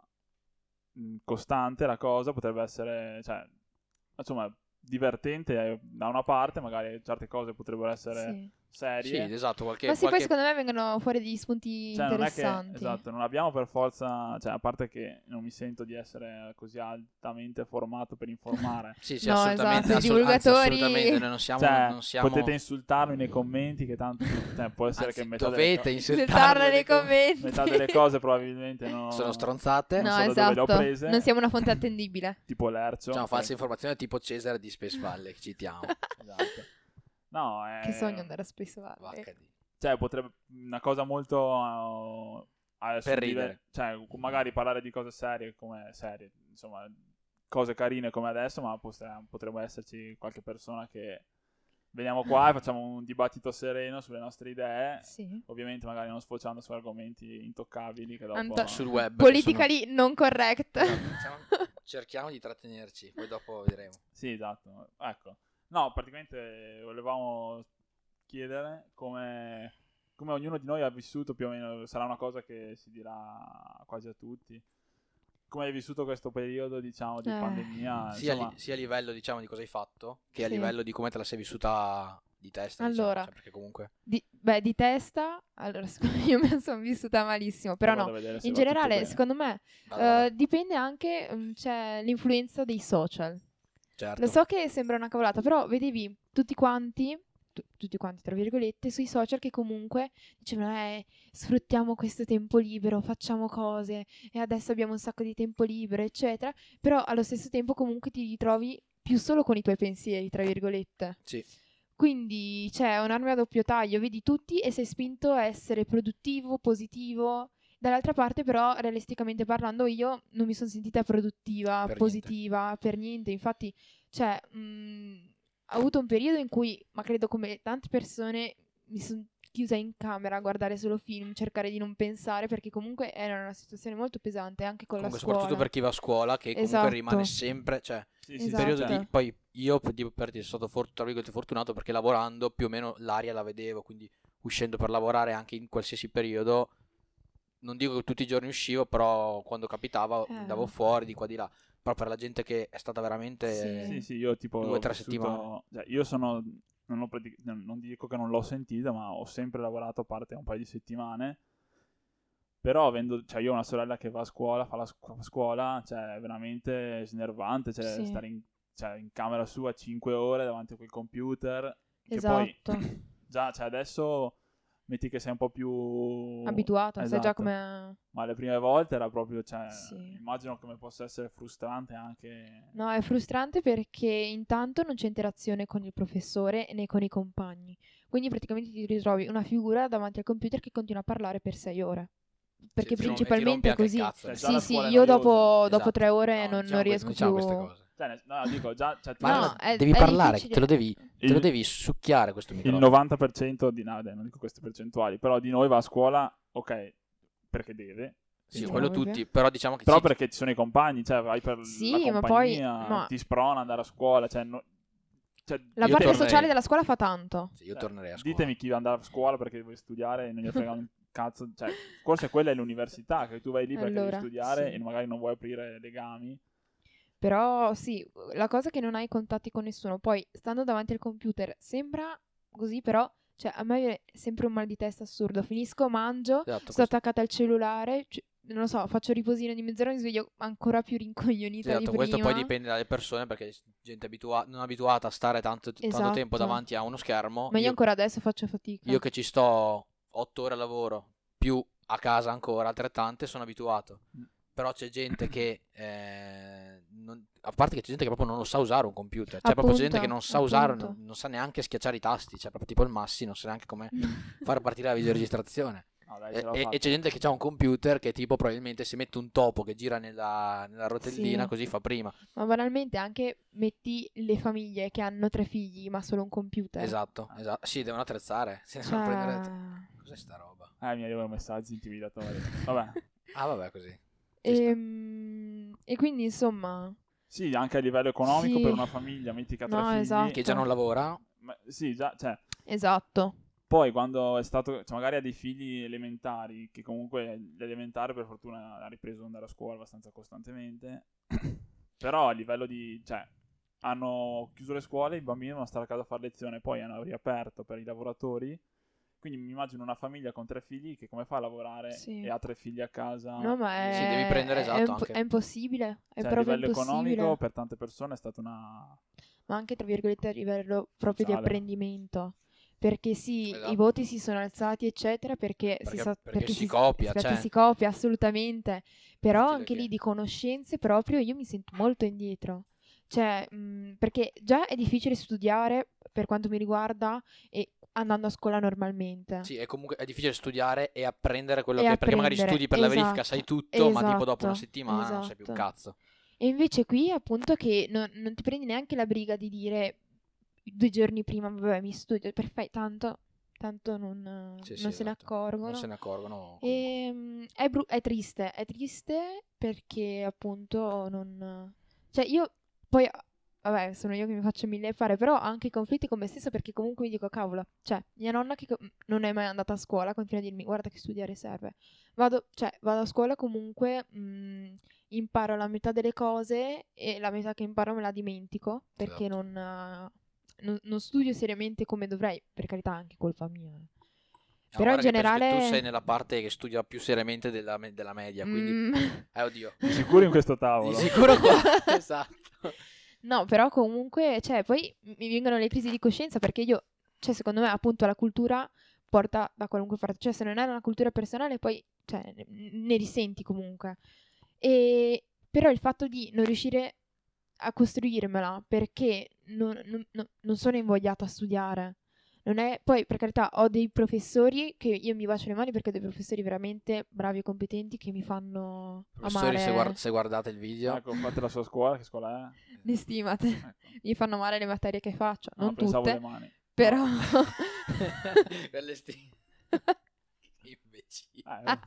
mh, costante la cosa, potrebbe essere, cioè, insomma, divertente eh, da una parte, magari certe cose potrebbero essere Sì. Sì, serie. esatto, qualche, Ma sì, poi qualche- secondo me vengono fuori degli spunti Cioè, non è che, interessanti. esatto, non abbiamo per forza, cioè, a parte che non mi sento di essere così altamente formato per informare. Sì, sì, No, assolutamente, esatto, i assolut- anzi, divulgatori- assolutamente, noi non siamo, Cioè, non siamo... potete insultarmi nei commenti, che tanto, cioè, può essere anzi, che metà delle, dovete co- insultarlo Insultarla nei commenti. metà delle cose probabilmente non sono stronzate. non No, so da dove le ho esatto. prese. Non siamo una fonte attendibile. tipo l'Ercio. Diciamo che- falsa informazione tipo Cesare di Space Valley, che citiamo. Esatto. No, è... Che sogno andare a Space Valley. Vacca di- Cioè, potrebbe una cosa molto uh, adesso Per dire- ridere. cioè, magari parlare di cose serie come serie, insomma, cose carine come adesso, ma potre- potrebbe esserci qualche persona che veniamo qua e facciamo un dibattito sereno sulle nostre idee. Sì. Ovviamente magari non sfociando su argomenti intoccabili che dopo Anto- Sul web. che Politically non correct. sono- Esatto, diciamo, cerchiamo di trattenerci, poi dopo vedremo. Sì, esatto. Ecco. No, praticamente volevamo chiedere come, come ognuno di noi ha vissuto più o meno, sarà una cosa che si dirà quasi a tutti. Come hai vissuto questo periodo, diciamo, di Eh. pandemia? Sia, a insomma, li- sia a livello diciamo di cosa hai fatto, che a Sì. livello di come te la sei vissuta di testa. Allora. diciamo, cioè, perché comunque... Di, beh, di testa, allora, secondo me io me la sono vissuta malissimo, però vado no. a vedere se In va tutto generale, bene. secondo me, Vado, vado. eh, dipende anche, mm, c'è l'influenza dei social. Certo. Lo so che sembra una cavolata, però vedevi tutti quanti, tu- tutti quanti tra virgolette, sui social che comunque dicevano eh, sfruttiamo questo tempo libero, facciamo cose e adesso abbiamo un sacco di tempo libero, eccetera, però allo stesso tempo comunque ti ritrovi più solo con i tuoi pensieri, tra virgolette. Sì. Quindi c'è un'arma a doppio taglio, vedi tutti e sei spinto a essere produttivo, positivo. Dall'altra parte però, realisticamente parlando, io non mi sono sentita produttiva, Per positiva, per niente. Infatti, cioè, mh, ho avuto un periodo in cui, ma credo come tante persone, mi sono chiusa in camera a guardare solo film, cercare di non pensare, perché comunque era una situazione molto pesante anche con Comunque la scuola. soprattutto per chi va a scuola, che comunque Esatto. rimane sempre... Cioè, Sì, sì, Esatto. periodo cioè, di, poi io per, di- per dire, sono stato for- tra virgolette fortunato perché lavorando più o meno l'aria la vedevo, quindi uscendo per lavorare anche in qualsiasi periodo, non dico che tutti i giorni uscivo, però quando capitava Eh. andavo fuori di qua di là. Però per la gente che è stata veramente... Sì. Sì, sì, io tipo Due o ho tre vissuto- settimane. cioè, io sono non, ho pratic- non non dico che non l'ho sentita, ma ho sempre lavorato a parte un paio di settimane. Però avendo, cioè io ho una sorella che va a scuola, fa la scu- scuola, cioè è veramente snervante, cioè Sì. stare in, cioè, in camera sua cinque ore davanti a quel computer. Che Esatto. poi già, cioè adesso metti che sei un po' più Abituato, sai già Esatto. come... Ma le prime volte era proprio, cioè, Sì. immagino come possa essere frustrante anche. No, è frustrante perché intanto non c'è interazione con il professore né con i compagni. Quindi praticamente ti ritrovi una figura davanti al computer che continua a parlare per sei ore. Perché Sì, ti rom- e ti principalmente rompe è anche il così. cazzo, Cioè, nel già Sì, la sì, scuola è io noiosa. dopo, Esatto. dopo tre ore No, non, non diciamo que- riesco diciamo più... queste cose. Cioè, nel- no, dico, già, cioè, tu Ma No, sai- è- devi è parlare, difficile. te lo devi, te lo Il- devi succhiare questo il microfono. novanta per cento di, no, dai, non dico queste percentuali, però di noi va a scuola, ok, perché deve, Sì, Sì, quello ovvio. tutti, però diciamo che però sì, perché ci sono i compagni, cioè vai per Sì, la ma poi- compagnia, ma- ti sprona ad andare a scuola, cioè, no- cioè, La Io parte tornerei- sociale della scuola fa tanto. sì, io cioè, tornerei a scuola. ditemi chi va ad andare a scuola perché vuoi studiare e non gli frega un cazzo, cioè, forse quella è l'università, che tu vai lì perché Allora, devi studiare sì. e magari non vuoi aprire legami. Però sì, la cosa è che non hai contatti con nessuno. Poi, stando davanti al computer, sembra così, però... Cioè, a me viene sempre un mal di testa assurdo. Finisco, mangio, Esatto, sto questo- attaccata al cellulare, cioè, non lo so, faccio riposino di mezz'ora e mi sveglio ancora più rincoglionita esatto, di questo prima. poi dipende dalle persone perché gente abitua- non abituata a stare tanto, tanto tempo Esatto. davanti a uno schermo. Ma io io, ancora adesso faccio fatica. io che ci sto otto ore al lavoro, più a casa ancora altrettante, sono abituato. Mm. Però c'è gente che, eh, non- a parte che c'è gente che proprio non lo sa usare un computer, c'è proprio gente Appunto, che non sa usare, appunto. non, non sa neanche schiacciare i tasti, c'è proprio tipo il Massi, non sa neanche come far partire la videoregistrazione. No, dai, E, ce l'ho e- fatta. e c'è gente che ha un computer che tipo probabilmente se mette un topo che gira nella, nella rotellina Sì. così fa prima. Ma banalmente anche metti le famiglie che hanno tre figli ma solo un computer. Esatto, esatto. Sì, devono attrezzare. Se Cioè... devono prendere... Cos'è sta roba? Eh, mi arrivano messaggi intimidatori. Vabbè. Ah, vabbè, così. Ci sta. Ehm, E, quindi insomma... Sì, anche a livello economico Sì. per una famiglia, metti che ha tre No, figli. esatto. Che già non lavora. Ma- sì, già, cioè, Esatto. poi quando è stato, cioè magari ha dei figli elementari, che comunque l'elementare per fortuna ha ripreso ad andare a scuola abbastanza costantemente, però a livello di, cioè, hanno chiuso le scuole, i bambini devono stare a casa a fare lezione, poi hanno riaperto per i lavoratori, quindi mi immagino una famiglia con tre figli che come fa a lavorare Sì. e ha tre figli a casa. No, ma è... Sì, devi prendere, è- esatto, è, impo- anche. è impossibile. È Cioè, a proprio livello impossibile. economico per tante persone è stata una... Ma anche tra virgolette a livello proprio di Sociale. apprendimento. Perché sì, Esatto. i voti si sono alzati, eccetera, perché, si Perché- sa- perché si copia, perché cioè. si copia assolutamente. Però Difficile anche che- lì di conoscenze proprio io mi sento molto indietro. Cioè, mh, perché già è difficile studiare per quanto mi riguarda e andando a scuola normalmente. Sì, è comunque è difficile studiare e apprendere quello E che... Perché magari apprendere, studi per la verifica, esatto, sai tutto, ma tipo dopo una esatto, settimana non sai più un esatto. cazzo. E invece qui appunto che non, non ti prendi neanche la briga di dire due giorni prima, vabbè, mi studio, perfetto, tanto, tanto non, Sì, sì, non se ne esatto. accorgono. Non se ne accorgono. E, mm, è, bru- è triste, è triste perché appunto non... Cioè io poi, vabbè, sono io che mi faccio mille fare, però ho anche i conflitti con me stessa perché comunque mi dico, cavolo, cioè mia nonna che co- non è mai andata a scuola continua a dirmi, guarda che studiare serve. Vado, cioè, vado a scuola comunque, mh, imparo la metà delle cose e la metà che imparo me la dimentico perché Esatto. non, eh, non, non studio seriamente come dovrei, per carità anche colpa mia. No, Però in guarda che penso che generale... tu sei nella parte che studia più seriamente della, me- della media, quindi... Mm. Eh, oddio. Di sicuro in questo Di tavolo. sicuro qua. Esatto. No, però comunque, cioè, poi mi vengono le crisi di coscienza perché io, cioè, secondo me, appunto, la cultura porta da qualunque parte. Cioè, se non è una cultura personale, poi, cioè, ne, ne risenti comunque. E però il fatto di non riuscire a costruirmela perché non, non- non- non sono invogliata a studiare. Non è... Poi, per carità, ho dei professori che io mi bacio le mani perché ho dei professori veramente bravi e competenti che mi fanno Professori, amare... se, guard- se guardate il video... Ecco, fate la sua scuola, che scuola è? Ne stimate. Ecco. Mi fanno amare le materie che faccio, No, non pensavo tutte, le mani. però... Quelle sti... Imbecille. Eh,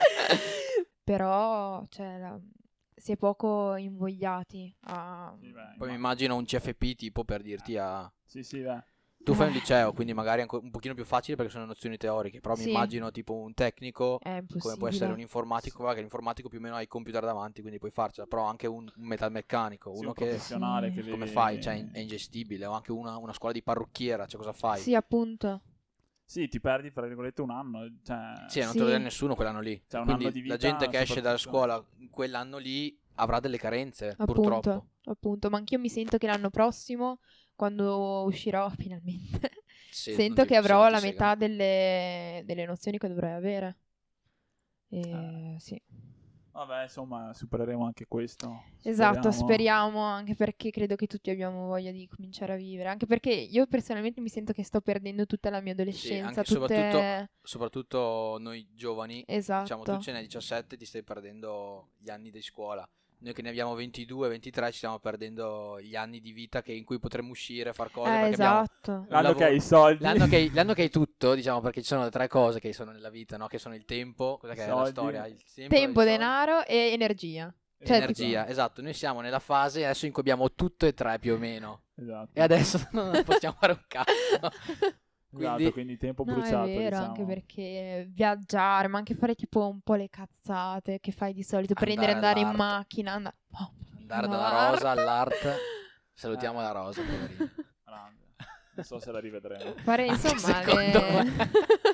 però, cioè, la- si è poco invogliati a... sì, beh, Poi mi ma- immagino un C F P tipo per dirti a... Sì, sì, beh. Tu fai un Eh. liceo, quindi magari è anco- un pochino più facile perché sono nozioni teoriche, però mi Sì. immagino tipo un tecnico, È impossibile. come può essere un informatico, guarda che l'informatico più o meno ha i computer davanti, quindi puoi farcela, però anche un, un metalmeccanico, Sì, uno un che... professionale Sì. che deve... Come fai? Cioè, è ingestibile, o anche una, una scuola di parrucchiera, cioè cosa fai? Sì, appunto. Sì, ti perdi, tra virgolette, un anno. Cioè... Sì, non Sì. te lo dà nessuno quell'anno lì. Cioè, un Quindi anno di la vita, gente che esce dalla soprattutto- scuola in quell'anno lì avrà delle carenze, Appunto, purtroppo. appunto. Ma anch'io mi sento che l'anno prossimo, quando uscirò finalmente, Sì, sento non ti- che avrò se non la ti metà segano. delle, delle nozioni che dovrei avere. E, Eh. sì. Vabbè, insomma, supereremo anche questo. Esatto, Speriamo. speriamo, anche perché credo che tutti abbiamo voglia di cominciare a vivere, anche perché io personalmente mi sento che sto perdendo tutta la mia adolescenza, anche tutte... soprattutto- Soprattutto noi giovani, Esatto. diciamo tu ce ne hai diciassette, ti stai perdendo gli anni di scuola. Noi che ne abbiamo ventidue, ventitré ci stiamo perdendo gli anni di vita che- in cui potremmo uscire, far cose. Eh, perché abbiamo esatto. un L'anno che lavoro- hai i soldi. L'anno che, hai, l'anno che hai tutto, diciamo, perché ci sono le tre cose che sono nella vita, no? Che sono il tempo, cosa che è la Soldi. storia, il tempo, Tempo, i soldi, denaro e energia. Cioè, energia. Esatto, noi siamo nella fase adesso in cui abbiamo tutto e tre più o meno. Esatto. E adesso non possiamo fare un cazzo. Esatto, quindi- quindi tempo No, bruciato, è vero, diciamo. anche perché viaggiare, ma anche fare tipo un po' le cazzate che fai di solito, Andare prendere, andare in all'art. macchina, andare... Oh, Andare no. dalla Rosa all'art. Salutiamo la Rosa, poverina. Grande. Non so se la rivedremo. Fare Anche insomma secondo le... me.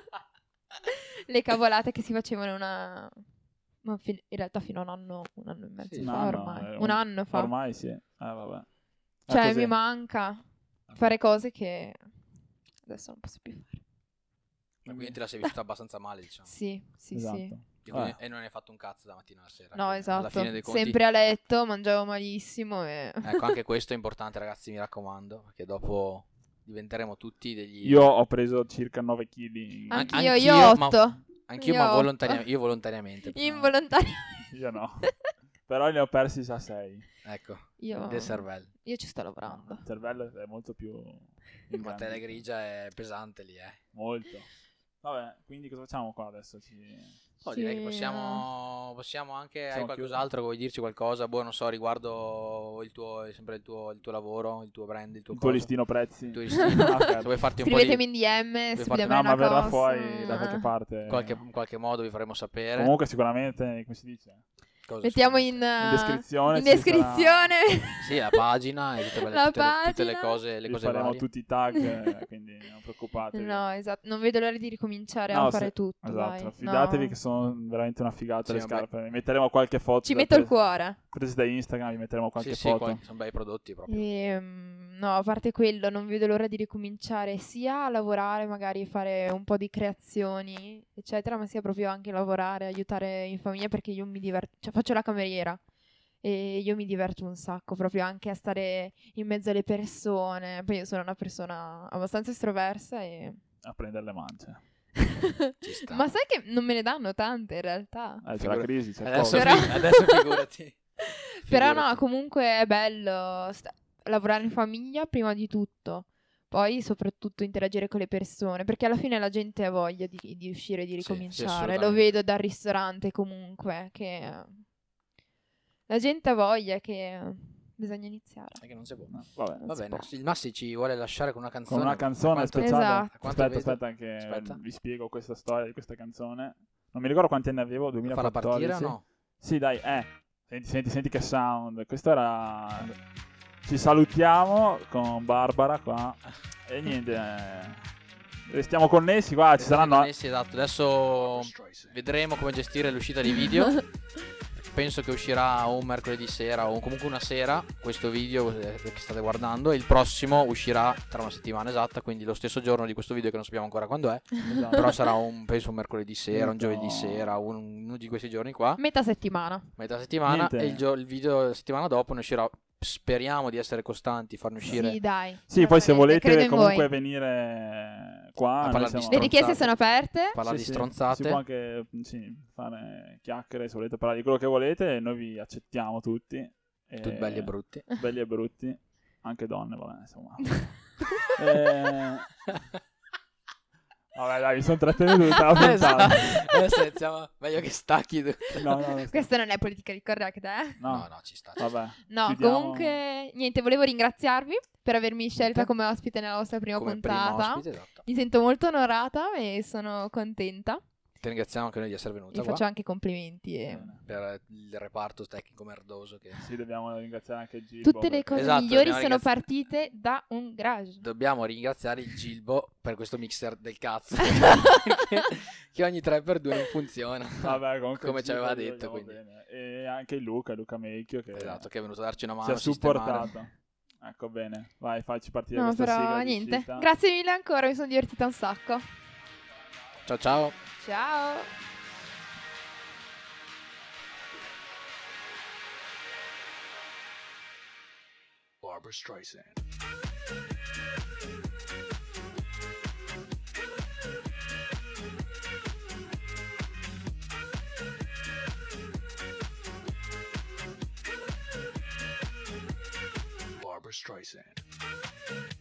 le cavolate che si facevano una... ma fi- in realtà fino a un anno, un anno e mezzo Sì, fa un anno, ormai. eh, Un un- anno fa. Ormai sì. Eh, vabbè. È Cioè così. mi manca fare cose che adesso non posso più fare. Ma quindi te la sei vissuta abbastanza male, diciamo. Sì, sì, Esatto. sì. E, quindi- Ah. e non hai fatto un cazzo da mattina alla sera. No, che Alla esatto. fine dei conti, Sempre a letto, mangiavo malissimo e... ecco, anche questo è importante, ragazzi, mi raccomando, perché dopo diventeremo tutti degli... Io ho preso circa nove chili. An- Anch'io, anch'io, io ma- otto. Anch'io, io ma otto. volontaria- io volontariamente. Involontariamente. Io no. Però ne ho persi già sei. Ecco, Io... del cervello. Io ci sto lavorando. Il cervello è molto più... in La tela grande. grigia è pesante lì, eh. Molto. Vabbè, quindi cosa facciamo qua adesso? Ci... Oh, Sì, direi che possiamo, possiamo anche, hai Siamo qualcos'altro che vuoi dirci qualcosa? Boh, non so, riguardo il tuo, sempre il tuo, il tuo lavoro, il tuo brand, il tuo Il tuo coso. listino prezzi. Il tuo listino. Ah, ok. Se vuoi farti un po' Scrivetemi di... in D M se farti- volete No, avere ma una verrà cosa. fuori da qualche parte. Qualche, in qualche modo vi faremo sapere. Comunque sicuramente, come si dice? Cosa Mettiamo succede. in, In uh, descrizione in ci descrizione. Sì, la pagina e tutte, quelle- La tutte le, tutte le pagina. cose, le Vi cose faremo varie. tutti i tag, eh, quindi non preoccupatevi. No, esatto. Non vedo l'ora di ricominciare No, a fare se- tutto. Esatto, dai. fidatevi No. che sono veramente una figata Sì, le vabbè. scarpe. Metteremo qualche foto. Ci da metto il prese- cuore. Prese da Instagram, vi metteremo qualche Sì, sì, foto. qual- sono bei prodotti proprio. Ehm, no, a parte quello, non vedo l'ora di ricominciare sia a lavorare, magari fare un po' di creazioni, eccetera, ma sia proprio anche lavorare, aiutare in famiglia perché io mi diverto, cioè faccio la cameriera e io mi diverto un sacco, proprio anche a stare in mezzo alle persone. Poi io sono una persona abbastanza estroversa e... A prendere le mance. Ci sta. Ma sai che non me ne danno tante in realtà. Eh, c'è Figura- la crisi, c'è Adesso, il Però- fi- adesso figurati. Però no, Figurati. comunque è bello sta- lavorare in famiglia prima di tutto. Poi soprattutto interagire con le persone, perché alla fine la gente ha voglia di, di uscire, di Sì, sì, ricominciare. Lo assolutamente. vedo dal ristorante comunque, che la gente ha voglia, che bisogna iniziare. È che non si può. No, vabbè. Non Va si bene, può. il Massi ci vuole lasciare con una canzone. Con una canzone A quanto- speciale. Esatto. a quanto Aspetta, vedo- aspetta che Aspetta. vi spiego questa storia di questa canzone. Non mi ricordo quanti anni avevo, Farla duemilaquattordici. partire o no? Sì, dai, eh. Senti, senti, senti che sound. Questo era... Ci salutiamo con Barbara qua. E niente, eh, restiamo connessi qua, ci saranno... Sì, esatto. Adesso vedremo come gestire l'uscita dei video. Penso che uscirà o un mercoledì sera o comunque una sera questo video eh, che state guardando, e il prossimo uscirà tra una settimana esatta, quindi lo stesso giorno di questo video che non sappiamo ancora quando è, Esatto. però sarà un, penso un mercoledì sera, un Niente, giovedì no. sera, un- uno di questi giorni qua, Metà settimana. metà settimana, Niente. e il, gio- il video la settimana dopo ne uscirà. Speriamo di essere costanti, farne uscire. Sì, dai. Sì, poi se Veramente, credo volete in comunque voi. venire qua... A noi parlare di siamo- Le richieste stronzate. sono aperte. Parlare Sì, di sì, stronzate. Si può anche sì, fare chiacchiere, se volete parlare di quello che volete, noi vi accettiamo tutti. E- Tutti belli e brutti. Belli e brutti, anche donne, vabbè, insomma. Eh, Vabbè, dai, mi sono trattenuto tutta la puntata. Esatto. Adesso iniziamo. Meglio che stacchi tu. No, no, no, Questa non è politica di correct, eh? no, No, no, ci sta. ci vabbè. No, Chiudiamo- comunque, niente, volevo ringraziarvi per avermi scelta Niente. come ospite nella vostra prima Come puntata. prima ospite, esatto. Mi sento molto onorata e sono contenta. Ti ringraziamo anche noi di essere venuta Vi qua faccio anche complimenti. E... Bene. per il reparto tecnico merdoso che Sì, dobbiamo ringraziare anche Gilbo. Tutte le perché- cose Esatto, migliori dobbiamo sono ringrazi- partite da un garage. dobbiamo ringraziare il Gilbo per questo mixer del cazzo che, che ogni tre per due non funziona. Vabbè, comunque come ci Gilbo aveva lo detto, vogliamo quindi. bene. E anche Luca, Luca Mecchio, che Esatto, che è venuto a darci una ci mano ha a sistemare. supportato. Ecco, bene. Vai, facci partire No, questa però sigla di niente. uscita. Grazie mille ancora, mi sono divertita un sacco. Ciao ciao. Ciao. Barbara Streisand. Barbara Streisand.